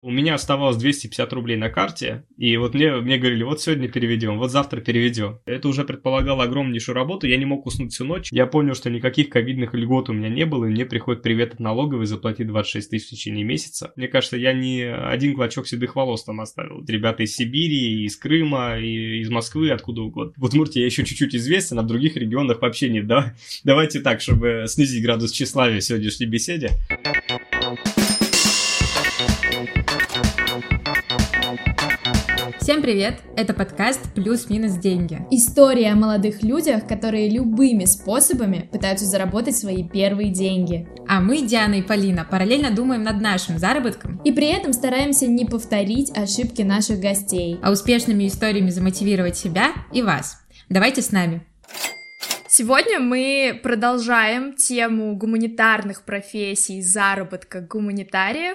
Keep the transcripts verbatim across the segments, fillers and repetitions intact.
У меня оставалось двести пятьдесят рублей на карте, и вот мне, мне говорили, вот сегодня переведем, вот завтра переведем. Это уже предполагало огромнейшую работу, я не мог уснуть всю ночь. Я понял, что никаких ковидных льгот у меня не было, и мне приходит привет от налоговой заплатить двадцать шесть тысяч в течение месяца. Мне кажется, я не один клочок седых волос там оставил. Ребята из Сибири, из Крыма, и из Москвы, откуда угодно. В Удмуртии я еще чуть-чуть известен, а в других регионах вообще нет. Да? Давайте так, чтобы снизить градус тщеславия в сегодняшней беседе. Всем привет! Это подкаст «Плюс-минус деньги». История о молодых людях, которые любыми способами пытаются заработать свои первые деньги. А мы, Диана и Полина, параллельно думаем над нашим заработком. И при этом стараемся не повторить ошибки наших гостей. А успешными историями замотивировать себя и вас. Давайте с нами! Сегодня мы продолжаем тему гуманитарных профессий, заработка гуманитариев.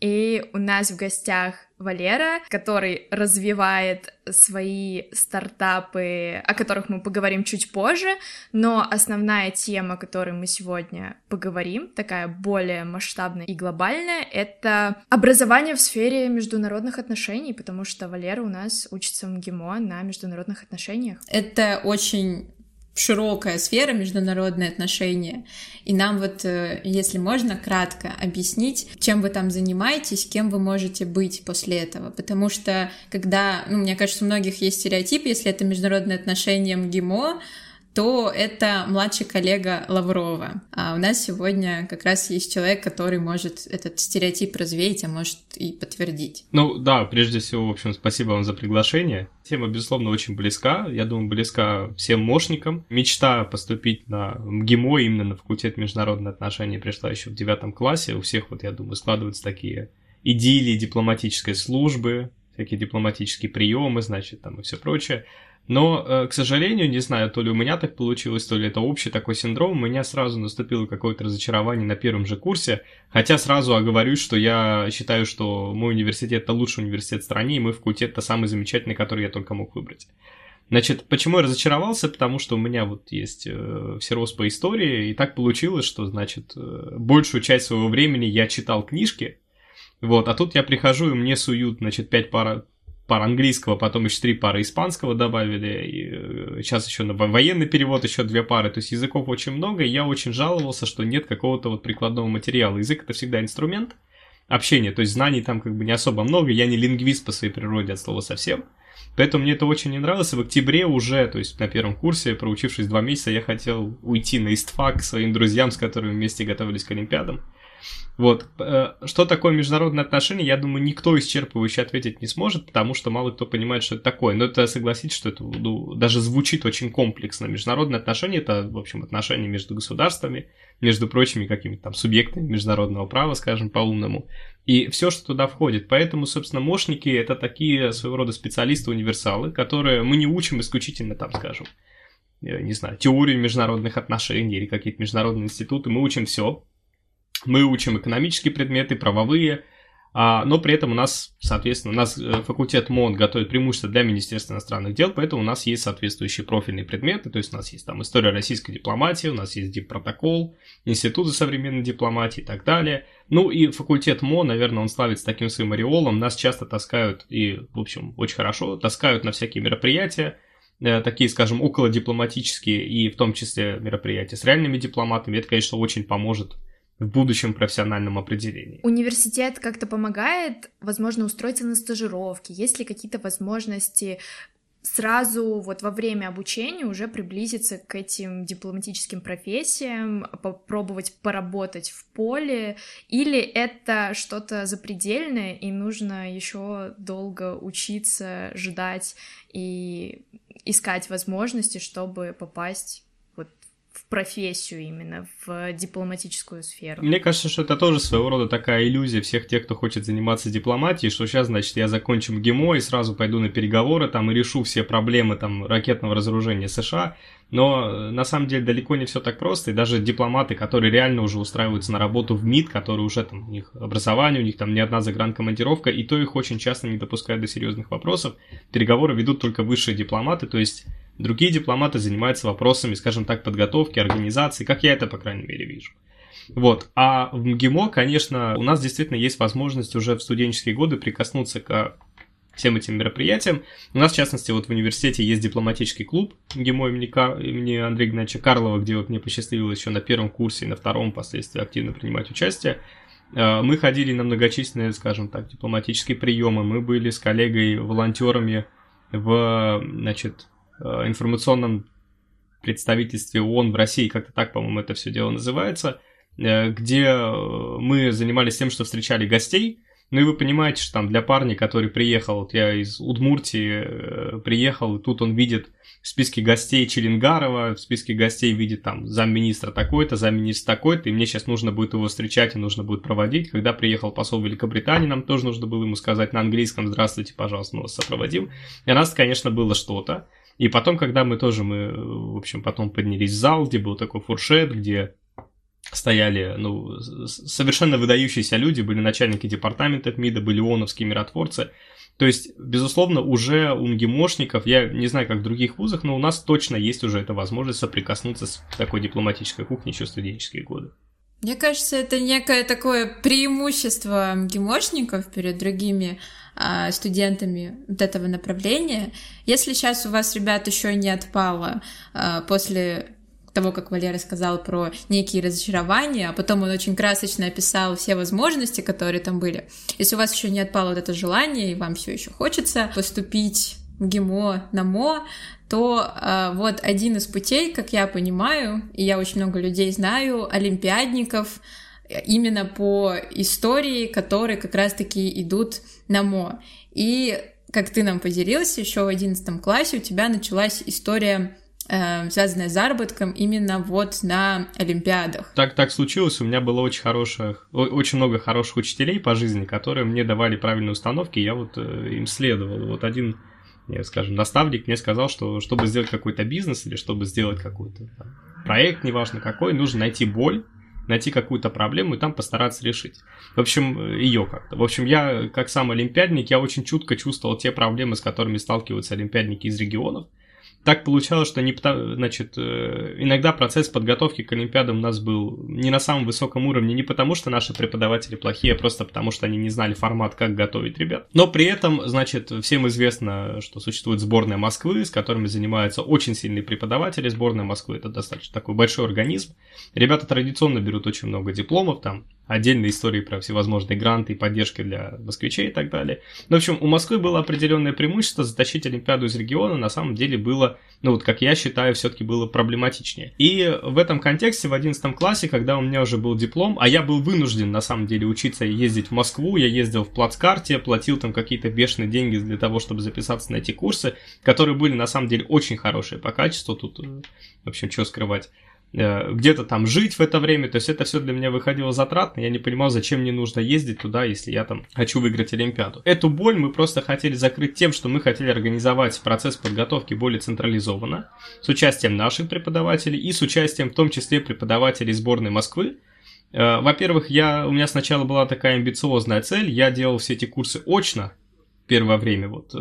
И у нас в гостях Валера, который развивает свои стартапы, о которых мы поговорим чуть позже, но основная тема, о которой мы сегодня поговорим, такая более масштабная и глобальная, это образование в сфере международных отношений, потому что Валера у нас учится в МГИМО на международных отношениях. Это очень широкая сфера международные отношения, и нам вот, если можно, кратко объяснить, чем вы там занимаетесь, кем вы можете быть после этого, потому что когда, ну, мне кажется, у многих есть стереотип, если это международные отношения МГИМО, то это младший коллега Лаврова. А у нас сегодня как раз есть человек, который может этот стереотип развеять, а может и подтвердить. Ну да, прежде всего, в общем, спасибо вам за приглашение. Тема, безусловно, очень близка. Я думаю, близка всем мошникам. Мечта поступить на МГИМО, именно на факультет международных отношений, пришла еще в девятом классе. У всех, вот я думаю, складываются такие идиллии дипломатической службы, всякие дипломатические приемы, значит, там и все прочее. Но, к сожалению, не знаю, то ли у меня так получилось, то ли это общий такой синдром, у меня сразу наступило какое-то разочарование на первом же курсе, хотя сразу оговорюсь, что я считаю, что мой университет — это лучший университет в стране, и мой факультет — это самый замечательный, который я только мог выбрать. Значит, почему я разочаровался? Потому что у меня вот есть э, всерос по истории, и так получилось, что, значит, э, большую часть своего времени я читал книжки, вот, а тут я прихожу, и мне суют, значит, пять пар... пар английского, потом еще три пары испанского добавили, и сейчас еще на военный перевод еще две пары, то есть языков очень много, и я очень жаловался, что нет какого-то вот прикладного материала. Язык — это всегда инструмент общения, то есть знаний там как бы не особо много, я не лингвист по своей природе от слова совсем, поэтому мне это очень не нравилось, и в октябре уже, то есть на первом курсе, проучившись два месяца, я хотел уйти на ИСТФАК к своим друзьям, с которыми вместе готовились к Олимпиадам. Вот, что такое международные отношения, я думаю, никто исчерпывающе ответить не сможет, потому что мало кто понимает, что это такое. Но это, согласитесь, что это, ну, даже звучит очень комплексно. Международные отношения — это, в общем, отношения между государствами, между прочими какими-то там субъектами международного права, скажем, по-умному. И все, что туда входит. Поэтому, собственно, мошники — это такие своего рода специалисты-универсалы, которые мы не учим исключительно, там, скажем, не знаю, теорию международных отношений или какие-то международные институты. Мы учим все. Мы учим экономические предметы, правовые, а, но при этом у нас, соответственно, у нас факультет МОН готовит преимущество для Министерства иностранных дел, поэтому у нас есть соответствующие профильные предметы, то есть у нас есть там история российской дипломатии, у нас есть диппротокол, институты современной дипломатии и так далее. Ну и факультет МОН, наверное, он славится таким своим ореолом, нас часто таскают, и, в общем, очень хорошо, таскают на всякие мероприятия, такие, скажем, околодипломатические, и в том числе мероприятия с реальными дипломатами. Это, конечно, очень поможет в будущем профессиональном определении. Университет как-то помогает, возможно, устроиться на стажировки? Есть ли какие-то возможности сразу вот во время обучения уже приблизиться к этим дипломатическим профессиям, попробовать поработать в поле? Или это что-то запредельное, и нужно еще долго учиться, ждать и искать возможности, чтобы попасть в профессию именно, в дипломатическую сферу? Мне кажется, что это тоже своего рода такая иллюзия всех тех, кто хочет заниматься дипломатией, что сейчас, значит, я закончу МГИМО и сразу пойду на переговоры там и решу все проблемы там ракетного разоружения США, но на самом деле далеко не все так просто, и даже дипломаты, которые реально уже устраиваются на работу в МИД, которые уже там, у них образование, у них там не одна загранкомандировка, и то их очень часто не допускают до серьезных вопросов, переговоры ведут только высшие дипломаты, то есть другие дипломаты занимаются вопросами, скажем так, подготовки, организации, как я это, по крайней мере, вижу. Вот. А в МГИМО, конечно, у нас действительно есть возможность уже в студенческие годы прикоснуться к всем этим мероприятиям. У нас, в частности, вот в университете есть дипломатический клуб МГИМО имени, Кар... имени Андрея Игнатьевича Карлова, где вот мне посчастливилось еще на первом курсе и на втором впоследствии активно принимать участие. Мы ходили на многочисленные, скажем так, дипломатические приемы. Мы были с коллегой-волонтерами в, значит, информационном представительстве ООН в России, как-то так, по-моему, это все дело называется, где мы занимались тем, что встречали гостей. Ну и вы понимаете, что там для парня, который приехал, вот я из Удмуртии приехал, и тут он видит в списке гостей Челенгарова, в списке гостей видит там замминистра такой-то, замминистра такой-то, и мне сейчас нужно будет его встречать и нужно будет проводить. Когда приехал посол Великобритании, нам тоже нужно было ему сказать на английском: «Здравствуйте, пожалуйста, мы вас сопроводим». И у нас, конечно, было что-то. И потом, когда мы тоже, мы, в общем, потом поднялись в зал, где был такой фуршет, где стояли, ну, совершенно выдающиеся люди, были начальники департаментов МИДа, были ООНовские миротворцы. То есть, безусловно, уже у МГИМОшников, я не знаю, как в других вузах, но у нас точно есть уже эта возможность соприкоснуться с такой дипломатической кухней еще в студенческие годы. Мне кажется, это некое такое преимущество МГИМОшников перед другими а, студентами вот этого направления. Если сейчас у вас, ребят, еще не отпало а, после того, как Валера сказал про некие разочарования, а потом он очень красочно описал все возможности, которые там были. Если у вас еще не отпало вот это желание, и вам все еще хочется поступить в ГИМО на МО, то э, вот один из путей, как я понимаю, и я очень много людей знаю, олимпиадников, именно по истории, которые как раз-таки идут на МО. И, как ты нам поделился, еще в одиннадцатом классе у тебя началась история, связанная с заработком именно вот на олимпиадах. Так, так случилось, у меня было очень хороших, очень много хороших учителей по жизни, которые мне давали правильные установки, и я вот им следовал. Вот один, скажем, наставник мне сказал, что чтобы сделать какой-то бизнес или чтобы сделать какой-то там проект, неважно какой, нужно найти боль, найти какую-то проблему и там постараться решить. В общем, ее как-то. В общем, я, как сам олимпиадник, я очень чутко чувствовал те проблемы, с которыми сталкиваются олимпиадники из регионов. Так получалось, что не, значит, иногда процесс подготовки к олимпиадам у нас был не на самом высоком уровне, не потому что наши преподаватели плохие, а просто потому что они не знали формат, как готовить ребят. Но при этом, значит, всем известно, что существует сборная Москвы, с которыми занимаются очень сильные преподаватели. Сборная Москвы — это достаточно такой большой организм. Ребята традиционно берут очень много дипломов, там отдельные истории про всевозможные гранты и поддержки для москвичей и так далее. Но, в общем, у Москвы было определенное преимущество, затащить олимпиаду из региона на самом деле было, ну вот как я считаю, все-таки было проблематичнее. И в этом контексте в одиннадцатом классе, когда у меня уже был диплом, а я был вынужден на самом деле учиться и ездить в Москву, я ездил в плацкарте, платил там какие-то бешеные деньги для того, чтобы записаться на эти курсы, которые были на самом деле очень хорошие по качеству, тут, в общем, что скрывать. Где-то там жить в это время, то есть это все для меня выходило затратно, я не понимал, зачем мне нужно ездить туда, если я там хочу выиграть олимпиаду. Эту боль мы просто хотели закрыть тем, что мы хотели организовать процесс подготовки более централизованно, с участием наших преподавателей и с участием в том числе преподавателей сборной Москвы. Во-первых, я, у меня сначала была такая амбициозная цель, я делал все эти курсы очно первое время, вот...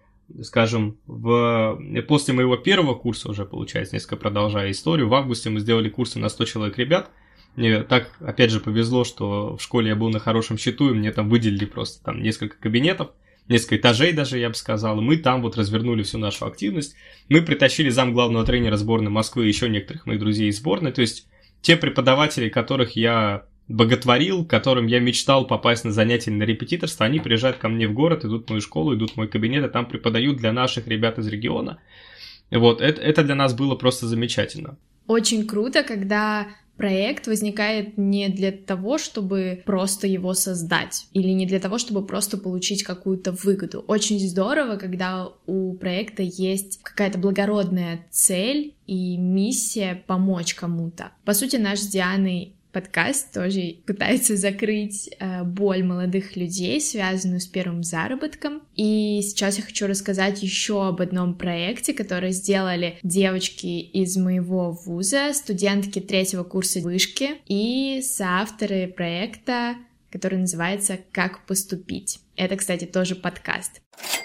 Скажем, в... после моего первого курса уже, получается, несколько продолжая историю, в августе мы сделали курсы на сто человек ребят. Мне так, опять же, повезло, что в школе я был на хорошем счету, и мне там выделили просто там несколько кабинетов, несколько этажей даже, я бы сказал, и мы там вот развернули всю нашу активность. Мы притащили замглавного тренера сборной Москвы и еще некоторых моих друзей из сборной, то есть те преподаватели, которых я боготворил, которым я мечтал попасть на занятия или на репетиторство, они приезжают ко мне в город, идут в мою школу, идут в мой кабинет, и там преподают для наших ребят из региона. Вот, это, это для нас было просто замечательно. Очень круто, когда проект возникает не для того, чтобы просто его создать, или не для того, чтобы просто получить какую-то выгоду. Очень здорово, когда у проекта есть какая-то благородная цель и миссия помочь кому-то. По сути, наш с Дианой подкаст тоже пытается закрыть э, боль молодых людей, связанную с первым заработком. И сейчас я хочу рассказать еще об одном проекте, который сделали девочки из моего вуза, студентки третьего курса вышки и соавторы проекта, который называется «Как поступить». Это, кстати, тоже подкаст.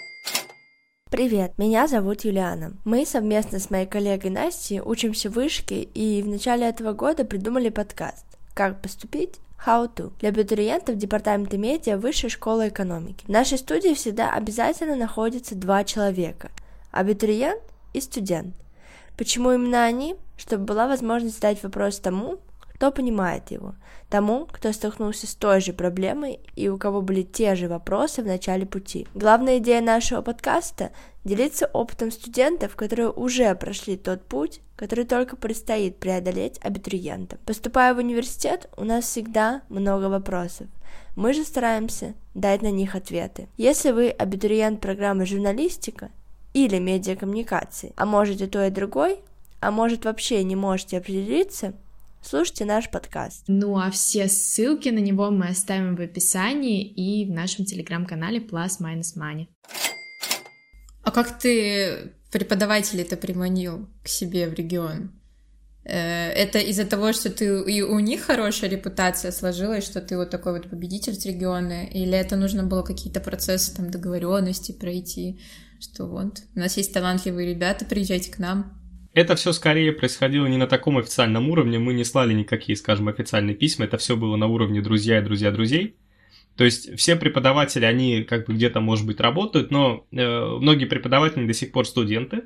Привет, меня зовут Юлиана. Мы совместно с моей коллегой Настей учимся в вышке и в начале этого года придумали подкаст. Как поступить? How to. Для абитуриентов департамента медиа Высшей школы экономики. В нашей студии всегда обязательно находятся два человека. Абитуриент и студент. Почему именно они? Чтобы была возможность задать вопрос тому, кто понимает его, тому, кто столкнулся с той же проблемой и у кого были те же вопросы в начале пути. Главная идея нашего подкаста – делиться опытом студентов, которые уже прошли тот путь, который только предстоит преодолеть абитуриентам. Поступая в университет, у нас всегда много вопросов. Мы же стараемся дать на них ответы. Если вы абитуриент программы журналистика или медиакоммуникации, а может и то, и другой, а может вообще не можете определиться, слушайте наш подкаст. Ну а все ссылки на него мы оставим в описании и в нашем телеграм-канале Plus Minus Money. А как ты преподавателей-то приманил к себе в регион? Это из-за того, что ты и у них хорошая репутация сложилась, что ты вот такой вот победитель с региона, или это нужно было какие-то процессы там договоренности пройти, что вот у нас есть талантливые ребята, приезжайте к нам? Это все скорее происходило не на таком официальном уровне, мы не слали никакие, скажем, официальные письма, это все было на уровне друзья и друзья друзей. То есть все преподаватели, они как бы где-то, может быть, работают, но э, многие преподаватели до сих пор студенты,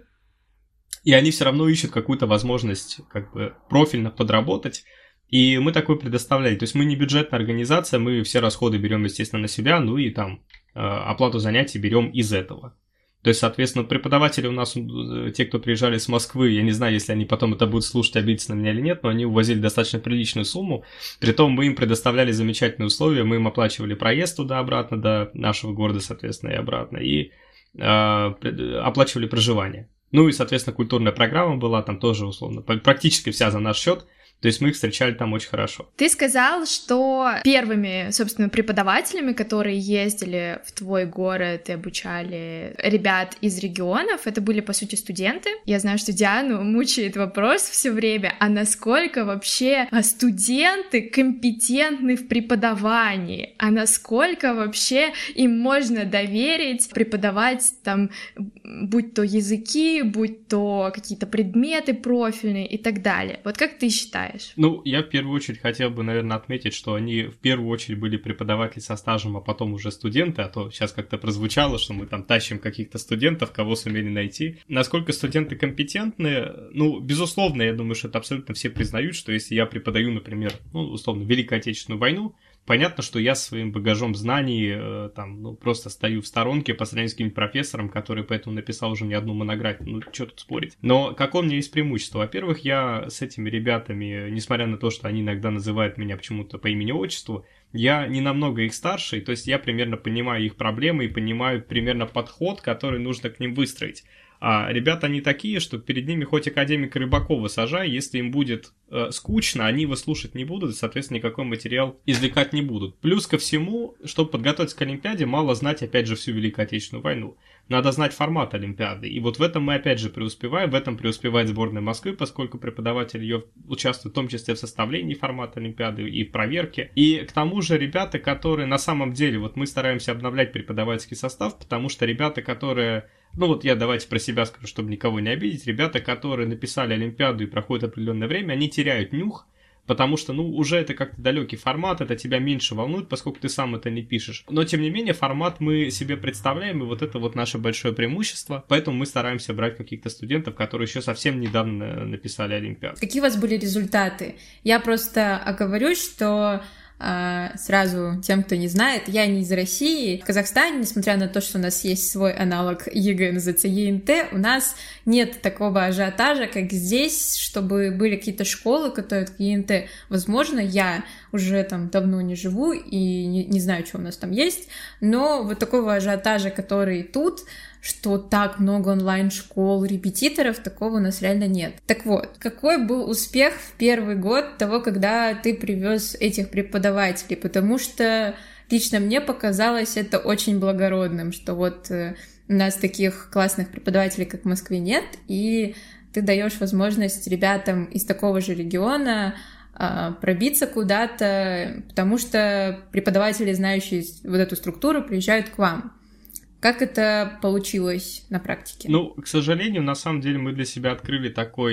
и они все равно ищут какую-то возможность как бы профильно подработать, и мы такое предоставляем. То есть мы не бюджетная организация, мы все расходы берем, естественно, на себя, ну и там э, оплату занятий берем из этого. То есть, соответственно, преподаватели у нас, те, кто приезжали с Москвы, я не знаю, если они потом это будут слушать, обидятся на меня или нет, но они увозили достаточно приличную сумму. Притом мы им предоставляли замечательные условия, мы им оплачивали проезд туда-обратно, до нашего города, соответственно, и обратно, и э, оплачивали проживание. Ну и, соответственно, культурная программа была там тоже, условно, практически вся за наш счет. То есть мы их встречали там очень хорошо. Ты сказал, что первыми, собственно, преподавателями, которые ездили в твой город и обучали ребят из регионов, это были, по сути, студенты. Я знаю, что Диану мучает вопрос все время, а насколько вообще студенты компетентны в преподавании, а насколько вообще им можно доверить преподавать там, будь то языки, будь то какие-то предметы профильные и так далее. Вот как ты считаешь? Ну, я в первую очередь хотел бы, наверное, отметить, что они в первую очередь были преподаватели со стажем, а потом уже студенты, а то сейчас как-то прозвучало, что мы там тащим каких-то студентов, кого сумели найти. Насколько студенты компетентны? Ну, безусловно, я думаю, что это абсолютно все признают, что если я преподаю, например, ну, условно, Великую Отечественную войну, понятно, что я своим багажом знаний э, там, ну, просто стою в сторонке по сравнению с каким-нибудь профессором, который поэтому написал уже не одну монографию, ну, что тут спорить. Но какое у меня есть преимущество? Во-первых, я с этими ребятами, несмотря на то, что они иногда называют меня почему-то по имени-отчеству, я не намного их старше, то есть я примерно понимаю их проблемы и понимаю примерно подход, который нужно к ним выстроить. А ребята они такие, что перед ними хоть академика Рыбакова сажай, если им будет э, скучно, они его слушать не будут, и, соответственно, никакой материал извлекать не будут. Плюс ко всему, чтобы подготовиться к Олимпиаде, мало знать, опять же, всю Великую Отечественную войну. Надо знать формат Олимпиады. И вот в этом мы, опять же, преуспеваем. В этом преуспевает сборная Москвы, поскольку преподаватель ее участвует в том числе в составлении формата Олимпиады и в проверке. И к тому же ребята, которые на самом деле, вот мы стараемся обновлять преподавательский состав, потому что ребята, которые... Ну вот я давайте про себя скажу, чтобы никого не обидеть. Ребята, которые написали Олимпиаду и проходят определенное время, они теряют нюх, потому что, ну, уже это как-то далекий формат, это тебя меньше волнует, поскольку ты сам это не пишешь. Но, тем не менее, формат мы себе представляем, и вот это вот наше большое преимущество, поэтому мы стараемся брать каких-то студентов, которые еще совсем недавно написали Олимпиаду. Какие у вас были результаты? Я просто оговорюсь, что... Сразу тем, кто не знает, я не из России. В Казахстане, несмотря на то, что у нас есть свой аналог ЕГЭ, называется ЕНТ, у нас нет такого ажиотажа, как здесь, чтобы были какие-то школы, которые к ЕНТ. Возможно, я уже там давно не живу и не, не знаю, что у нас там есть, но вот такого ажиотажа, который тут, что так много онлайн-школ, репетиторов, такого у нас реально нет. Так вот, какой был успех в первый год того, когда ты привез этих преподавателей? Потому что лично мне показалось это очень благородным, что вот э, у нас таких классных преподавателей, как в Москве, нет, и ты даешь возможность ребятам из такого же региона э, пробиться куда-то, потому что преподаватели, знающие вот эту структуру, приезжают к вам. Как это получилось на практике? Ну, к сожалению, на самом деле мы для себя открыли такой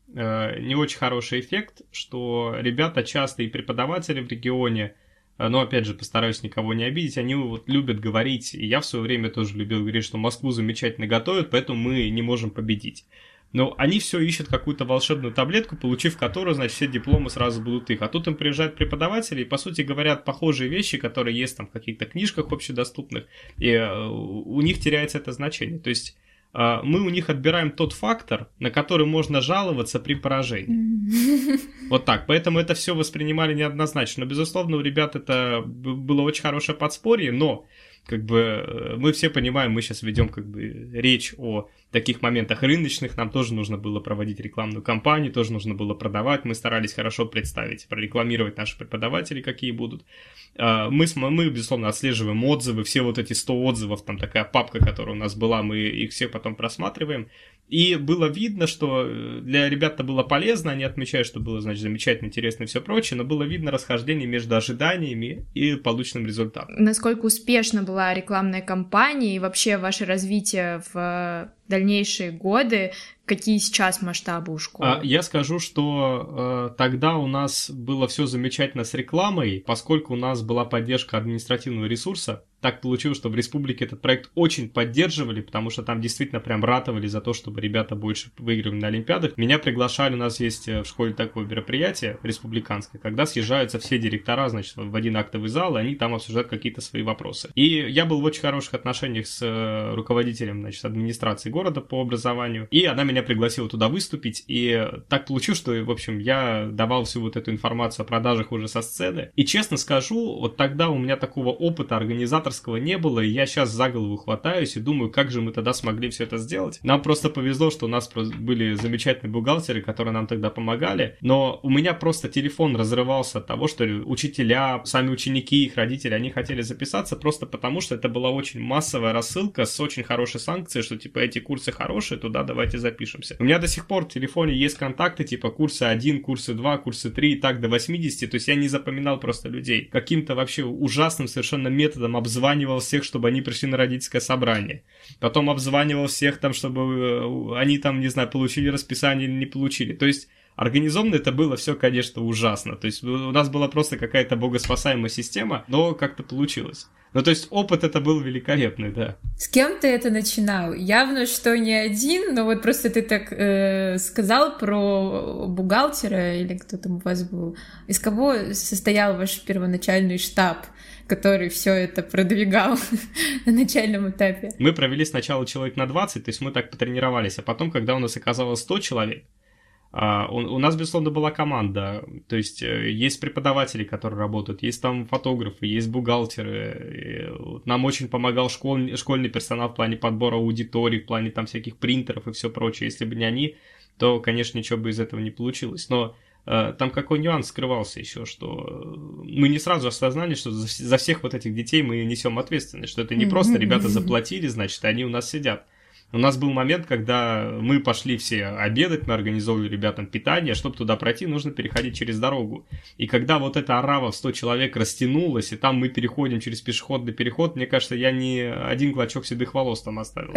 э, не очень хороший эффект, что ребята часто и преподаватели в регионе, э, но опять же постараюсь никого не обидеть, они вот любят говорить, и я в свое время тоже любил говорить, что Москву замечательно готовят, поэтому мы не можем победить. Но они все ищут какую-то волшебную таблетку, получив которую, значит, все дипломы сразу будут их. А тут им приезжают преподаватели и, по сути, говорят похожие вещи, которые есть там в каких-то книжках общедоступных, и э, у них теряется это значение. То есть э, мы у них отбираем тот фактор, на который можно жаловаться при поражении. Вот так. Поэтому это все воспринимали неоднозначно. Но, безусловно, у ребят это было очень хорошее подспорье, но как бы мы все понимаем, мы сейчас ведем как бы речь о таких моментах рыночных, нам тоже нужно было проводить рекламную кампанию, тоже нужно было продавать, мы старались хорошо представить, прорекламировать наши преподаватели, какие будут. Мы, мы, безусловно, отслеживаем отзывы, все вот эти сто отзывов, там такая папка, которая у нас была, мы их все потом просматриваем. И было видно, что для ребят-то было полезно, они отмечают, что было, значит, замечательно, интересно и все прочее, но было видно расхождение между ожиданиями и полученным результатом. Насколько успешна была рекламная кампания и вообще ваше развитие в дальнейшие годы, какие сейчас масштабы у школы? Я скажу, что э, тогда у нас было все замечательно с рекламой, поскольку у нас была поддержка административного ресурса. Так получилось, что в республике этот проект очень поддерживали, потому что там действительно прям ратовали за то, чтобы ребята больше выигрывали на Олимпиадах. Меня приглашали, у нас есть в школе такое мероприятие республиканское, когда съезжаются все директора, значит, в один актовый зал, и они там обсуждают какие-то свои вопросы. И я был в очень хороших отношениях с руководителем, значит, администрации города по образованию, и она меня пригласила туда выступить, и так получилось, что, в общем, я давал всю вот эту информацию о продажах уже со сцены. И честно скажу, вот тогда у меня такого опыта организатора не было, и я сейчас за голову хватаюсь и думаю, как же мы тогда смогли все это сделать. Нам просто повезло, что у нас были замечательные бухгалтеры, которые нам тогда помогали, но у меня просто телефон разрывался от того, что учителя, сами ученики, их родители, они хотели записаться просто потому, что это была очень массовая рассылка с очень хорошей санкцией, что типа эти курсы хорошие, туда давайте запишемся. У меня до сих пор в телефоне есть контакты типа курсы один, курсы два, курсы три и так до восьмидесяти, то есть я не запоминал просто людей. Каким-то вообще ужасным совершенно методом обзванивал обзванивал всех, чтобы они пришли на родительское собрание. Потом обзванивал всех там, чтобы они там, не знаю, получили расписание или не получили. То есть организованно это было все, конечно, ужасно. То есть у нас была просто какая-то богоспасаемая система, но как-то получилось. Ну, то есть опыт это был великолепный, да. С кем ты это начинал? Явно, что не один, но вот просто ты так э, сказал про бухгалтера или кто там у вас был. Из кого состоял ваш первоначальный штаб, который все это продвигал на начальном этапе? Мы провели сначала человек на двадцать, то есть мы так потренировались, а потом, когда у нас оказалось сто человек, Uh, у, у нас, безусловно, была команда, то есть uh, есть преподаватели, которые работают, есть там фотографы, есть бухгалтеры, и нам очень помогал школь, школьный персонал в плане подбора аудиторий, в плане там всяких принтеров и все прочее. Если бы не они, то, конечно, ничего бы из этого не получилось. Но uh, там какой нюанс скрывался еще, что мы не сразу осознали, что за, за всех вот этих детей мы несем ответственность, что это не просто ребята заплатили, значит, они у нас сидят. У нас был момент, когда мы пошли все обедать, мы организовывали ребятам питание, чтобы туда пройти, нужно переходить через дорогу. И когда вот эта орава в сто человек растянулась, и там мы переходим через пешеходный переход, мне кажется, я не один клочок седых волос там оставил.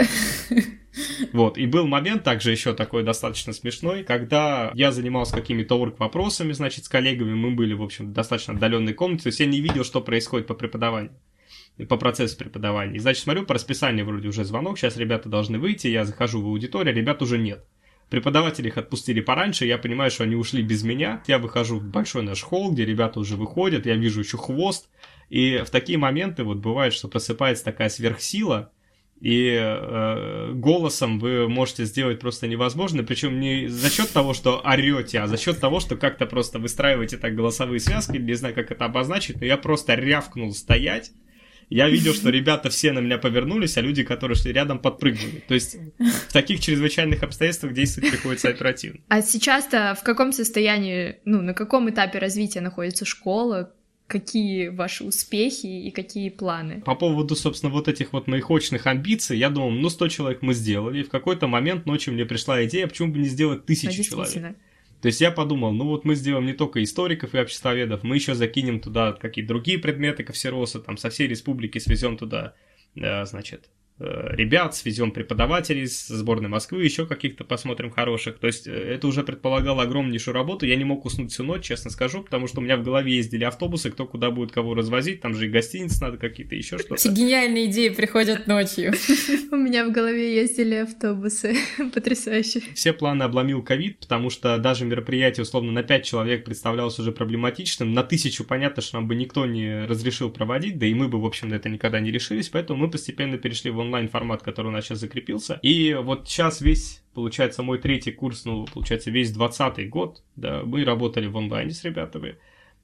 Вот, и был момент также еще такой достаточно смешной, когда я занимался какими-то орг-вопросами, значит, с коллегами, мы были, в общем, в достаточно отдаленной комнате, то есть я не видел, что происходит по преподаванию. По процессу преподавания. И, значит, смотрю, по расписанию вроде уже звонок, сейчас ребята должны выйти, я захожу в аудиторию, ребят уже нет. Преподаватели их отпустили пораньше, я понимаю, что они ушли без меня. Я выхожу в большой наш холл, где ребята уже выходят, я вижу еще хвост. И в такие моменты вот бывает, что просыпается такая сверхсила, и э, голосом вы можете сделать просто невозможно, причем не за счет того, что орете, а за счет того, что как-то просто выстраиваете так голосовые связки, не знаю, как это обозначить, но я просто рявкнул стоять. Я видел, что ребята все на меня повернулись, а люди, которые шли рядом, подпрыгнули. То есть в таких чрезвычайных обстоятельствах действовать приходится оперативно. А сейчас-то в каком состоянии, ну, на каком этапе развития находится школа? Какие ваши успехи и какие планы? По поводу, собственно, вот этих вот моих очных амбиций, я думал, ну, сто человек мы сделали, и в какой-то момент ночью мне пришла идея, почему бы не сделать тысячу человек. То есть я подумал, ну вот мы сделаем не только историков и обществоведов, мы еще закинем туда какие-то другие предметы Ковсероса, там со всей республики свезем туда, значит, ребят, свезем преподавателей с сборной Москвы, еще каких-то посмотрим хороших. То есть это уже предполагало огромнейшую работу. Я не мог уснуть всю ночь, честно скажу, потому что у меня в голове ездили автобусы, кто куда будет кого развозить, там же и гостиницы надо какие-то, еще что-то. Все гениальные идеи приходят ночью. У меня в голове ездили автобусы. Потрясающе. Все планы обломил ковид, потому что даже мероприятие, условно, на пять человек представлялось уже проблематичным. На тысячу понятно, что нам бы никто не разрешил проводить, да и мы бы, в общем, на это никогда не решились, поэтому мы постепенно перешли в онлайн-формат, который у нас сейчас закрепился. И вот сейчас весь, получается, мой третий курс, ну, получается, весь двадцатый год, да, мы работали в онлайне с ребятами.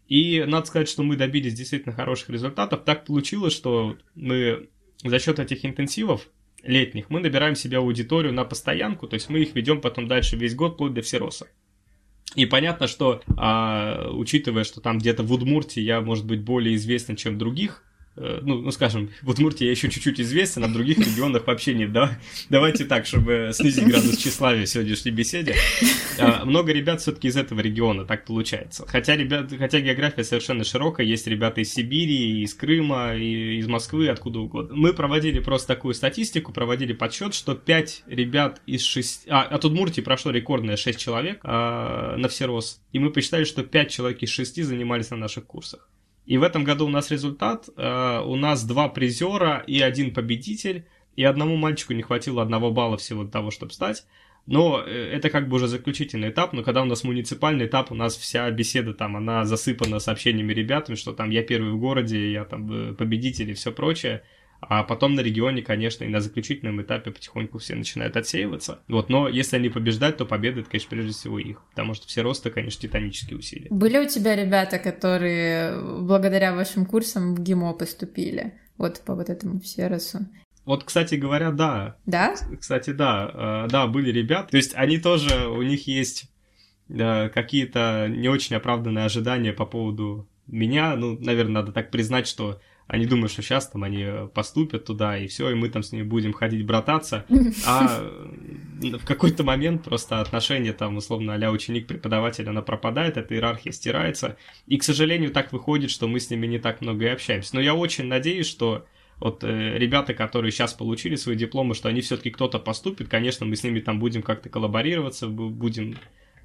И надо сказать, что мы добились действительно хороших результатов. Так получилось, что мы за счет этих интенсивов летних мы набираем себе аудиторию на постоянку, то есть мы их ведем потом дальше весь год, вплоть до всероса. И понятно, что, а, учитывая, что там где-то в Удмуртии я, может быть, более известен, чем в других, Ну, ну, скажем, в Удмуртии я еще чуть-чуть известен, а в других регионах вообще нет. Да? Давайте так, чтобы снизить градус тщеславия в сегодняшней беседе. А, много ребят все-таки из этого региона, так получается. Хотя, ребят, хотя география совершенно широкая, есть ребята из Сибири, из Крыма, и из Москвы, откуда угодно. Мы проводили просто такую статистику, проводили подсчет, что пять ребят из шести... А, от Удмуртии прошло рекордное шесть человек а, на всерос, и мы посчитали, что пять человек из шести занимались на наших курсах. И в этом году у нас результат, э, у нас два призера и один победитель, и одному мальчику не хватило одного балла всего для того, чтобы стать. Но это как бы уже заключительный этап, но когда у нас муниципальный этап, у нас вся беседа там, она засыпана сообщениями ребятами, что там я первый в городе, я там победитель и все прочее. А потом на регионе, конечно, и на заключительном этапе потихоньку все начинают отсеиваться. Вот, но если они побеждают, то победа, это, конечно, прежде всего их. Потому что все росты, конечно, титанические усилия. Были у тебя ребята, которые благодаря вашим курсам в ГИМО поступили? Вот по вот этому всеросу. Вот, кстати говоря, да. Да? Кстати, да. Да, были ребята. То есть они тоже, у них есть какие-то не очень оправданные ожидания по поводу меня. Ну, наверное, надо так признать, что они думают, что сейчас там они поступят туда, и все, и мы там с ними будем ходить брататься. А в какой-то момент просто отношение там, условно, а-ля ученик-преподаватель, она пропадает, эта иерархия стирается. И, к сожалению, так выходит, что мы с ними не так много и общаемся. Но я очень надеюсь, что вот э, ребята, которые сейчас получили свои дипломы, что они все-таки кто-то поступит. Конечно, мы с ними там будем как-то коллаборироваться, будем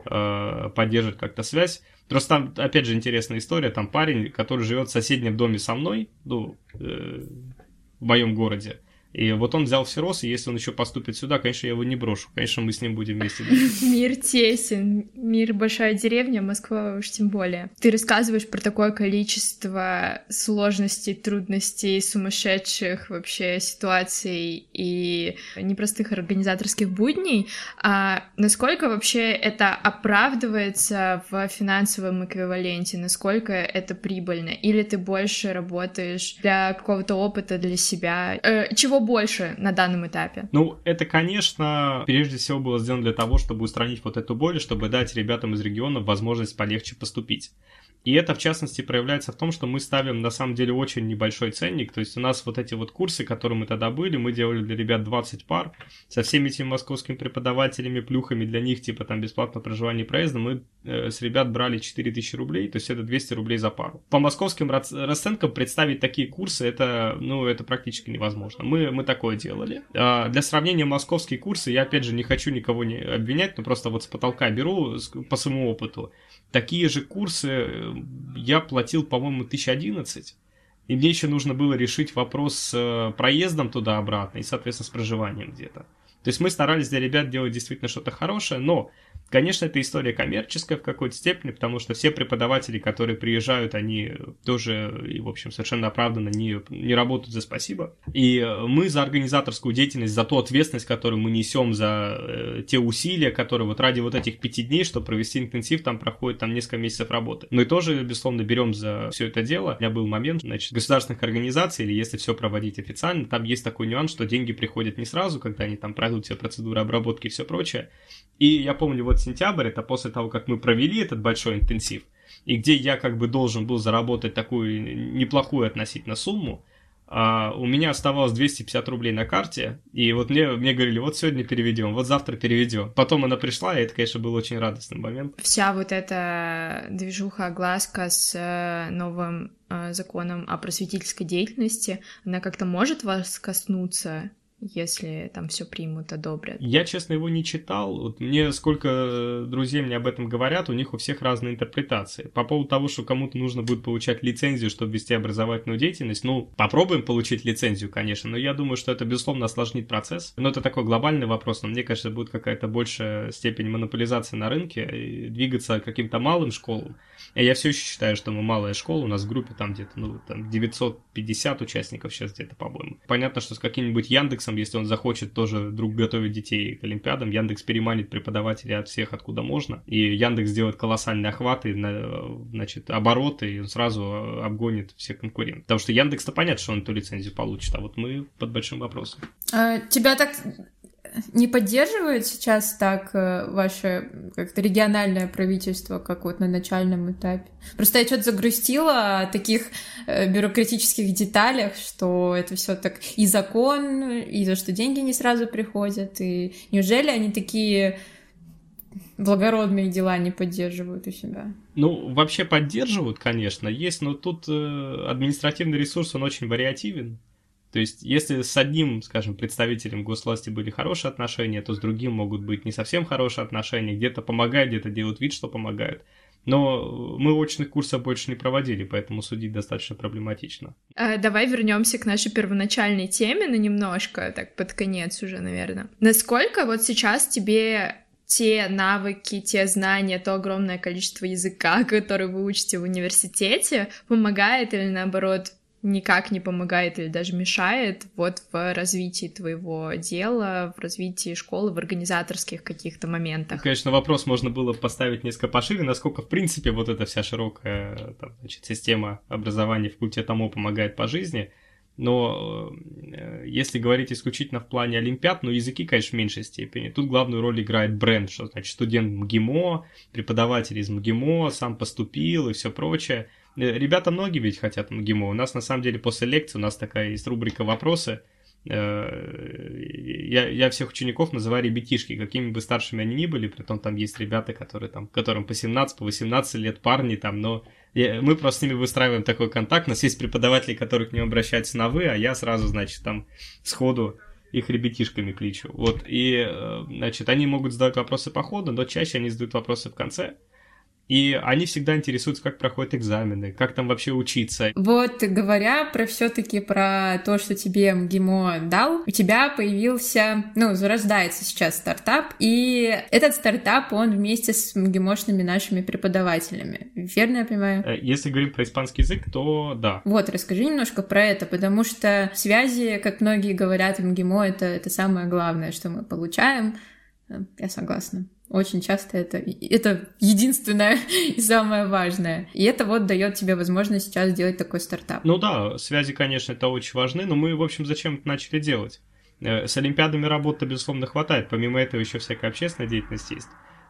э, поддерживать как-то связь. Просто там, опять же, интересная история. Там парень, который живет в соседнем доме со мной, ну, э, в моем городе. И вот он взял всерос, и если он еще поступит сюда, конечно, я его не брошу. Конечно, мы с ним будем вместе. Мир тесен, мир большая деревня, Москва уж тем более. Ты рассказываешь про такое количество сложностей, трудностей, сумасшедших вообще ситуаций и непростых организаторских будней. А насколько вообще это оправдывается в финансовом эквиваленте? Насколько это прибыльно? Или ты больше работаешь для какого-то опыта для себя? Э, чего больше на данном этапе? Ну, это, конечно, прежде всего было сделано для того, чтобы устранить вот эту боль, чтобы дать ребятам из регионов возможность полегче поступить. И это, в частности, проявляется в том, что мы ставим, на самом деле, очень небольшой ценник. То есть у нас вот эти вот курсы, которые мы тогда были, мы делали для ребят двадцать пар со всеми этими московскими преподавателями, плюхами для них, типа там бесплатное проживание и проезд. Мы э, с ребят брали четыре тысячи рублей, то есть это двести рублей за пару. По московским расценкам представить такие курсы, это, ну, это практически невозможно. Мы, мы такое делали. А для сравнения, московские курсы, я, опять же, не хочу никого не обвинять, но просто вот с потолка беру по своему опыту. Такие же курсы я платил, по-моему, тысяча одиннадцать. И мне еще нужно было решить вопрос с проездом туда-обратно и, соответственно, с проживанием где-то. То есть мы старались для ребят делать действительно что-то хорошее, но, конечно, это история коммерческая в какой-то степени, потому что все преподаватели, которые приезжают, они тоже, и, в общем, совершенно оправданно не, не работают за спасибо. И мы за организаторскую деятельность, за ту ответственность, которую мы несем, за э, те усилия, которые вот ради вот этих пяти дней, чтобы провести интенсив, там проходит там несколько месяцев работы. Мы тоже, безусловно, берем за все это дело. У меня был момент, значит, государственных организаций, или если все проводить официально, там есть такой нюанс, что деньги приходят не сразу, когда они там пройдут все процедуры обработки и все прочее. И я помню, вот сентябрь, это после того, как мы провели этот большой интенсив, и где я как бы должен был заработать такую неплохую относительно сумму, а у меня оставалось двести пятьдесят рублей на карте, и вот мне, мне говорили, вот сегодня переведем, вот завтра переведем. Потом она пришла, и это, конечно, был очень радостный момент. Вся вот эта движуха, огласка с новым законом о просветительской деятельности, она как-то может вас коснуться? если там все примут, одобрят? Я, честно, его не читал. Вот мне сколько друзей мне об этом говорят, у них у всех разные интерпретации. По поводу того, что кому-то нужно будет получать лицензию, чтобы вести образовательную деятельность, ну, попробуем получить лицензию, конечно, но я думаю, что это, безусловно, осложнит процесс. Но это такой глобальный вопрос, но мне кажется, будет какая-то большая степень монополизации на рынке, и двигаться к каким-то малым школам. И я все еще считаю, что мы малая школа, у нас в группе там где-то, ну, там девятьсот пятьдесят участников сейчас где-то, по-моему. Понятно, что с каким-нибудь Яндексом, если он захочет тоже вдруг готовить детей к олимпиадам, Яндекс переманит преподавателей от всех, откуда можно, и Яндекс сделает колоссальные охваты, значит, обороты, и он сразу обгонит всех конкурентов. Потому что Яндекс-то понятно, что он эту лицензию получит, а вот мы под большим вопросом. А, тебя так не поддерживает сейчас так ваше как-то региональное правительство, как вот на начальном этапе? Просто я что-то загрустила о таких бюрократических деталях, что это все так и закон, и то, что деньги не сразу приходят, и неужели они такие благородные дела не поддерживают у себя? Ну, вообще поддерживают, конечно, есть, но тут э, административный ресурс, он очень вариативен. То есть, если с одним, скажем, представителем госвласти были хорошие отношения, то с другим могут быть не совсем хорошие отношения, где-то помогают, где-то делают вид, что помогают. Но мы очных курсов больше не проводили, поэтому судить достаточно проблематично. А, давай вернемся к нашей первоначальной теме, но немножко, так, под конец уже, наверное. Насколько вот сейчас тебе те навыки, те знания, то огромное количество языка, которые вы учите в университете, помогает или, наоборот, никак не помогает или даже мешает вот в развитии твоего дела, в развитии школы, в организаторских каких-то моментах? Конечно, вопрос можно было поставить несколько пошире, насколько, в принципе, вот эта вся широкая там, значит, система образования факультета ТАМО помогает по жизни. Но э, если говорить исключительно в плане олимпиад, ну, языки, конечно, в меньшей степени. Тут главную роль играет бренд, что значит студент МГИМО, преподаватель из МГИМО, сам поступил и все прочее. Ребята многие ведь хотят МГИМО. У нас, на самом деле, после лекции у нас такая есть рубрика «Вопросы». Я, я всех учеников называю ребятишки, какими бы старшими они ни были, притом там есть ребята, которые там, которым по семнадцать, по восемнадцать лет, парни там, но я, мы просто с ними выстраиваем такой контакт. У нас есть преподаватели, которые к ним обращаются на «вы», а я сразу, значит, там сходу их ребятишками кличу. Вот, и, значит, они могут задавать вопросы по ходу, но чаще они задают вопросы в конце. И они всегда интересуются, как проходят экзамены, как там вообще учиться. Вот, говоря про все-таки про то, что тебе МГИМО дал, у тебя появился, ну, зарождается сейчас стартап, и этот стартап, он вместе с МГИМОшными нашими преподавателями. Верно я понимаю? Если говорим про испанский язык, то да. Вот, расскажи немножко про это, потому что связи, как многие говорят, МГИМО — это, это самое главное, что мы получаем. Я согласна. Очень часто это, это единственное и самое важное. И это вот дает тебе возможность сейчас сделать такой стартап. Ну да, связи, конечно, это очень важны, но мы, в общем, зачем это начали делать? С олимпиадами работы, безусловно, хватает. Помимо этого еще всякая общественная деятельность есть.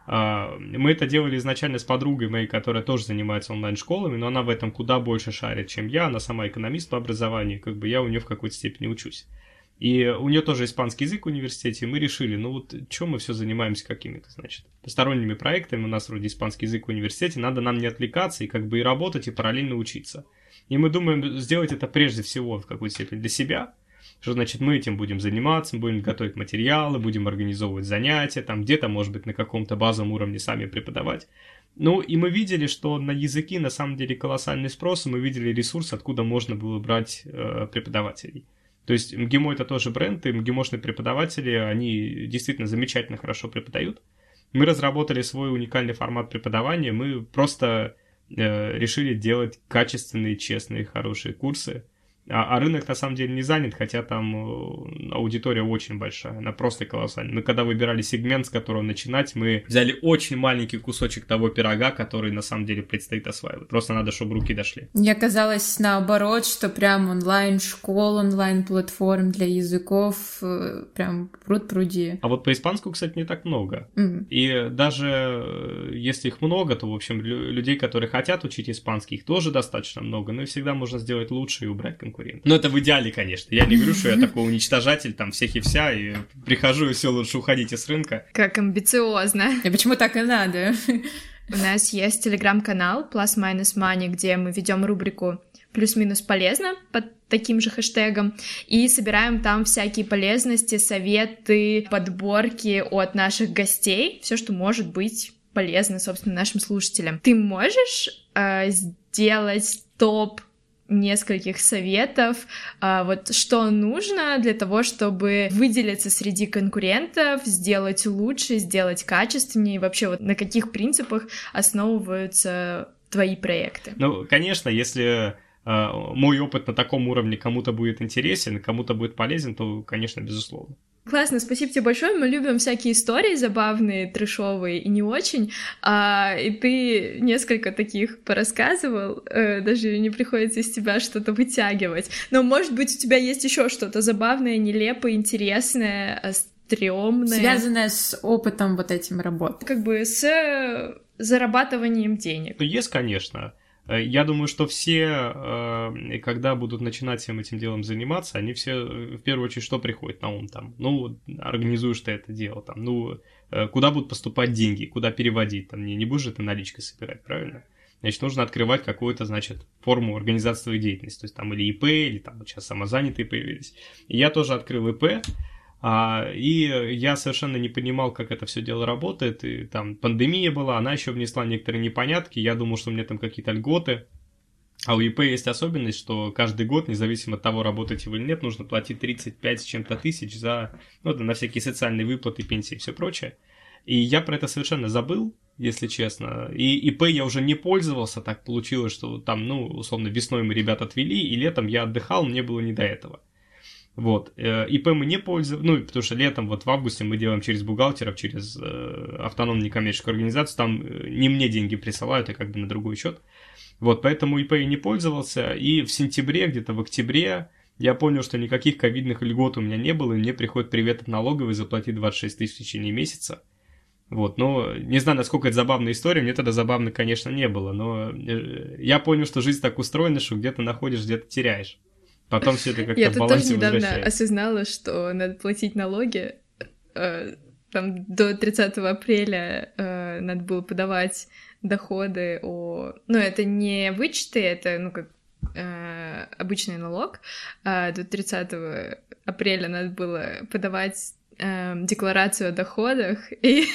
Мы это делали изначально с подругой моей, которая тоже занимается онлайн-школами, но она в этом куда больше шарит, чем я. Она сама экономист по образованию, как бы я у нее в какой-то степени учусь. И у нее тоже испанский язык в университете, и мы решили, ну вот, что мы все занимаемся какими-то, значит, посторонними проектами, у нас вроде испанский язык в университете, надо нам не отвлекаться и как бы и работать, и параллельно учиться. И мы думаем сделать это прежде всего в какой-то степени для себя, что, значит, мы этим будем заниматься, мы будем готовить материалы, будем организовывать занятия, там где-то, может быть, на каком-то базовом уровне сами преподавать. Ну, и мы видели, что на языки на самом деле колоссальный спрос, и мы видели ресурс, откуда можно было брать э, преподавателей. То есть МГИМО — это тоже бренд, и МГИМОшные преподаватели, они действительно замечательно хорошо преподают. Мы разработали свой уникальный формат преподавания, мы просто э, решили делать качественные, честные, хорошие курсы. А, а рынок на самом деле не занят, хотя там э, аудитория очень большая, она просто колоссальная. Мы когда выбирали сегмент, с которого начинать, мы взяли очень маленький кусочек того пирога, который на самом деле предстоит осваивать. Просто надо, чтобы руки дошли. Мне казалось наоборот, что прям онлайн-школ, онлайн-платформ для языков э, прям пруд-пруди. А вот по испанскому, кстати, не так много. Mm. И даже если их много, то, в общем, лю- людей, которые хотят учить испанский, их тоже достаточно много, но и всегда можно сделать лучше и убрать конкуренцию. Ну, это в идеале, конечно. Я не говорю, что я такой уничтожатель, там, всех и вся, и прихожу, и все, лучше уходите с рынка. Как амбициозно. И почему так и надо? У нас есть телеграм-канал Plus Minus Money, где мы ведем рубрику плюс-минус полезно под таким же хэштегом, и собираем там всякие полезности, советы, подборки от наших гостей, все, что может быть полезно, собственно, нашим слушателям. Ты можешь э, сделать топ нескольких советов, а, вот что нужно для того, чтобы выделиться среди конкурентов, сделать лучше, сделать качественнее, и вообще вот на каких принципах основываются твои проекты? Ну, конечно, если э, мой опыт на таком уровне кому-то будет интересен, кому-то будет полезен, то, конечно, безусловно. Классно, спасибо тебе большое. Мы любим всякие истории забавные, трэшовые и не очень. А, и ты несколько таких порассказывал, э, даже не приходится из тебя что-то вытягивать. Но, может быть, у тебя есть еще что-то забавное, нелепое, интересное, стрёмное. Связанное с опытом вот этим работы. Как бы с зарабатыванием денег. Ну, есть, конечно. Я думаю, что все, когда будут начинать всем этим делом заниматься, они все, в первую очередь, что приходит на ум там? Ну, организуешь ты это дело там, ну, куда будут поступать деньги, куда переводить, там, не, не будешь же ты наличкой собирать, правильно? Значит, нужно открывать какую-то, значит, форму организации своей деятельности, то есть там или ИП, или там вот сейчас самозанятые появились. И я тоже открыл ИП, А, и я совершенно не понимал, как это все дело работает, и там пандемия была, она еще внесла некоторые непонятки, я думал, что у меня там какие-то льготы, а у ИП есть особенность, что каждый год, независимо от того, работаете вы или нет, нужно платить тридцать пять с чем-то тысяч за, ну, на всякие социальные выплаты, пенсии и все прочее, и я про это совершенно забыл, если честно, и ИП я уже не пользовался, так получилось, что там, ну, условно, весной мы ребят отвели, и летом я отдыхал, мне было не до этого. Вот, ИП мы не пользуемся, ну, потому что летом, вот в августе мы делаем через бухгалтеров, через э, автономную некоммерческую организацию, там не мне деньги присылают, а как бы на другой счет. Вот, поэтому ИП я не пользовался, и в сентябре, где-то в октябре, я понял, что никаких ковидных льгот у меня не было, и мне приходит привет от налоговой заплатить двадцать шесть тысяч в течение месяца. Вот, но не знаю, насколько это забавная история, мне тогда забавно, конечно, не было, но я понял, что жизнь так устроена, что где-то находишь, где-то теряешь. Потом все это как-то в балансе возвращается. Я тут тоже недавно возвращается. осознала, что надо платить налоги. Э, там до тридцатого апреля э, надо было подавать доходы о... Ну, это не вычеты, это, ну, как э, обычный налог. А до тридцатого апреля надо было подавать э, декларацию о доходах, и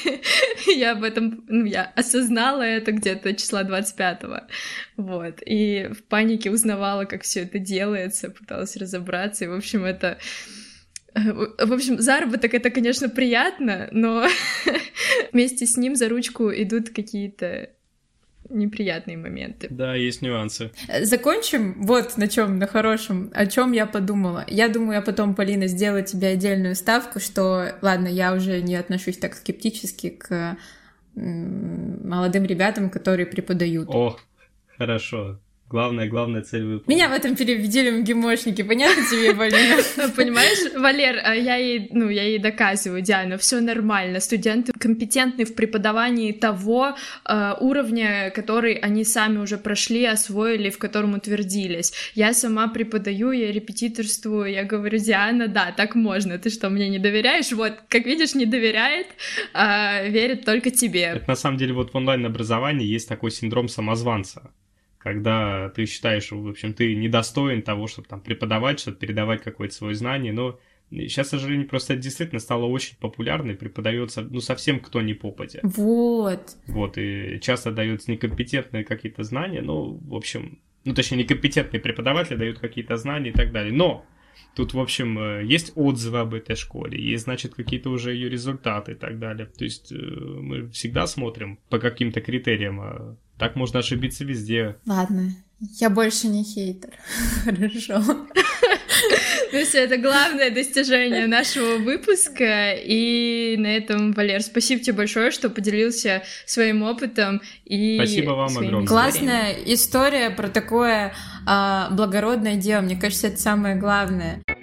я об этом, ну, я осознала это где-то числа двадцать пятого, вот, и в панике узнавала, как все это делается, пыталась разобраться, и, в общем, это... В общем, заработок — это, конечно, приятно, но вместе с ним за ручку идут какие-то неприятные моменты. Да, есть нюансы. Закончим вот на чем, на хорошем, о чем я подумала. Я думаю, я потом, Полина, сделаю тебе отдельную ставку, что, ладно, я уже не отношусь так скептически к молодым ребятам, которые преподают. О, хорошо. Главная, главная цель выполнена. Меня в этом переубедили МГИМОшники, понятно тебе, Полина? Понимаешь, Валер, я ей, ну, я ей доказываю, Диана, все нормально, студенты компетентны в преподавании того э, уровня, который они сами уже прошли, освоили, в котором утвердились. Я сама преподаю, я репетиторствую, я говорю, Диана, да, так можно, ты что, мне не доверяешь? Вот, как видишь, не доверяет, э, верит только тебе. Это на самом деле вот в онлайн-образовании есть такой синдром самозванца, когда ты считаешь, что, в общем, ты недостоин того, чтобы там преподавать, что-то передавать какое-то свое знание, но сейчас, к сожалению, просто это действительно стало очень популярно и преподается, ну, совсем кто ни попадя. Вот. Вот, и часто даются некомпетентные какие-то знания, ну, в общем, ну, точнее, некомпетентные преподаватели дают какие-то знания и так далее, но тут, в общем, есть отзывы об этой школе, есть, значит, какие-то уже ее результаты и так далее, то есть мы всегда смотрим по каким-то критериям, а так можно ошибиться везде. Ладно, я больше не хейтер. Хорошо. Ну все, это главное достижение нашего выпуска. И на этом, Валер, спасибо тебе большое, что поделился своим опытом. И спасибо вам огромное. Классная история про такое а, благородное дело. Мне кажется, это самое главное.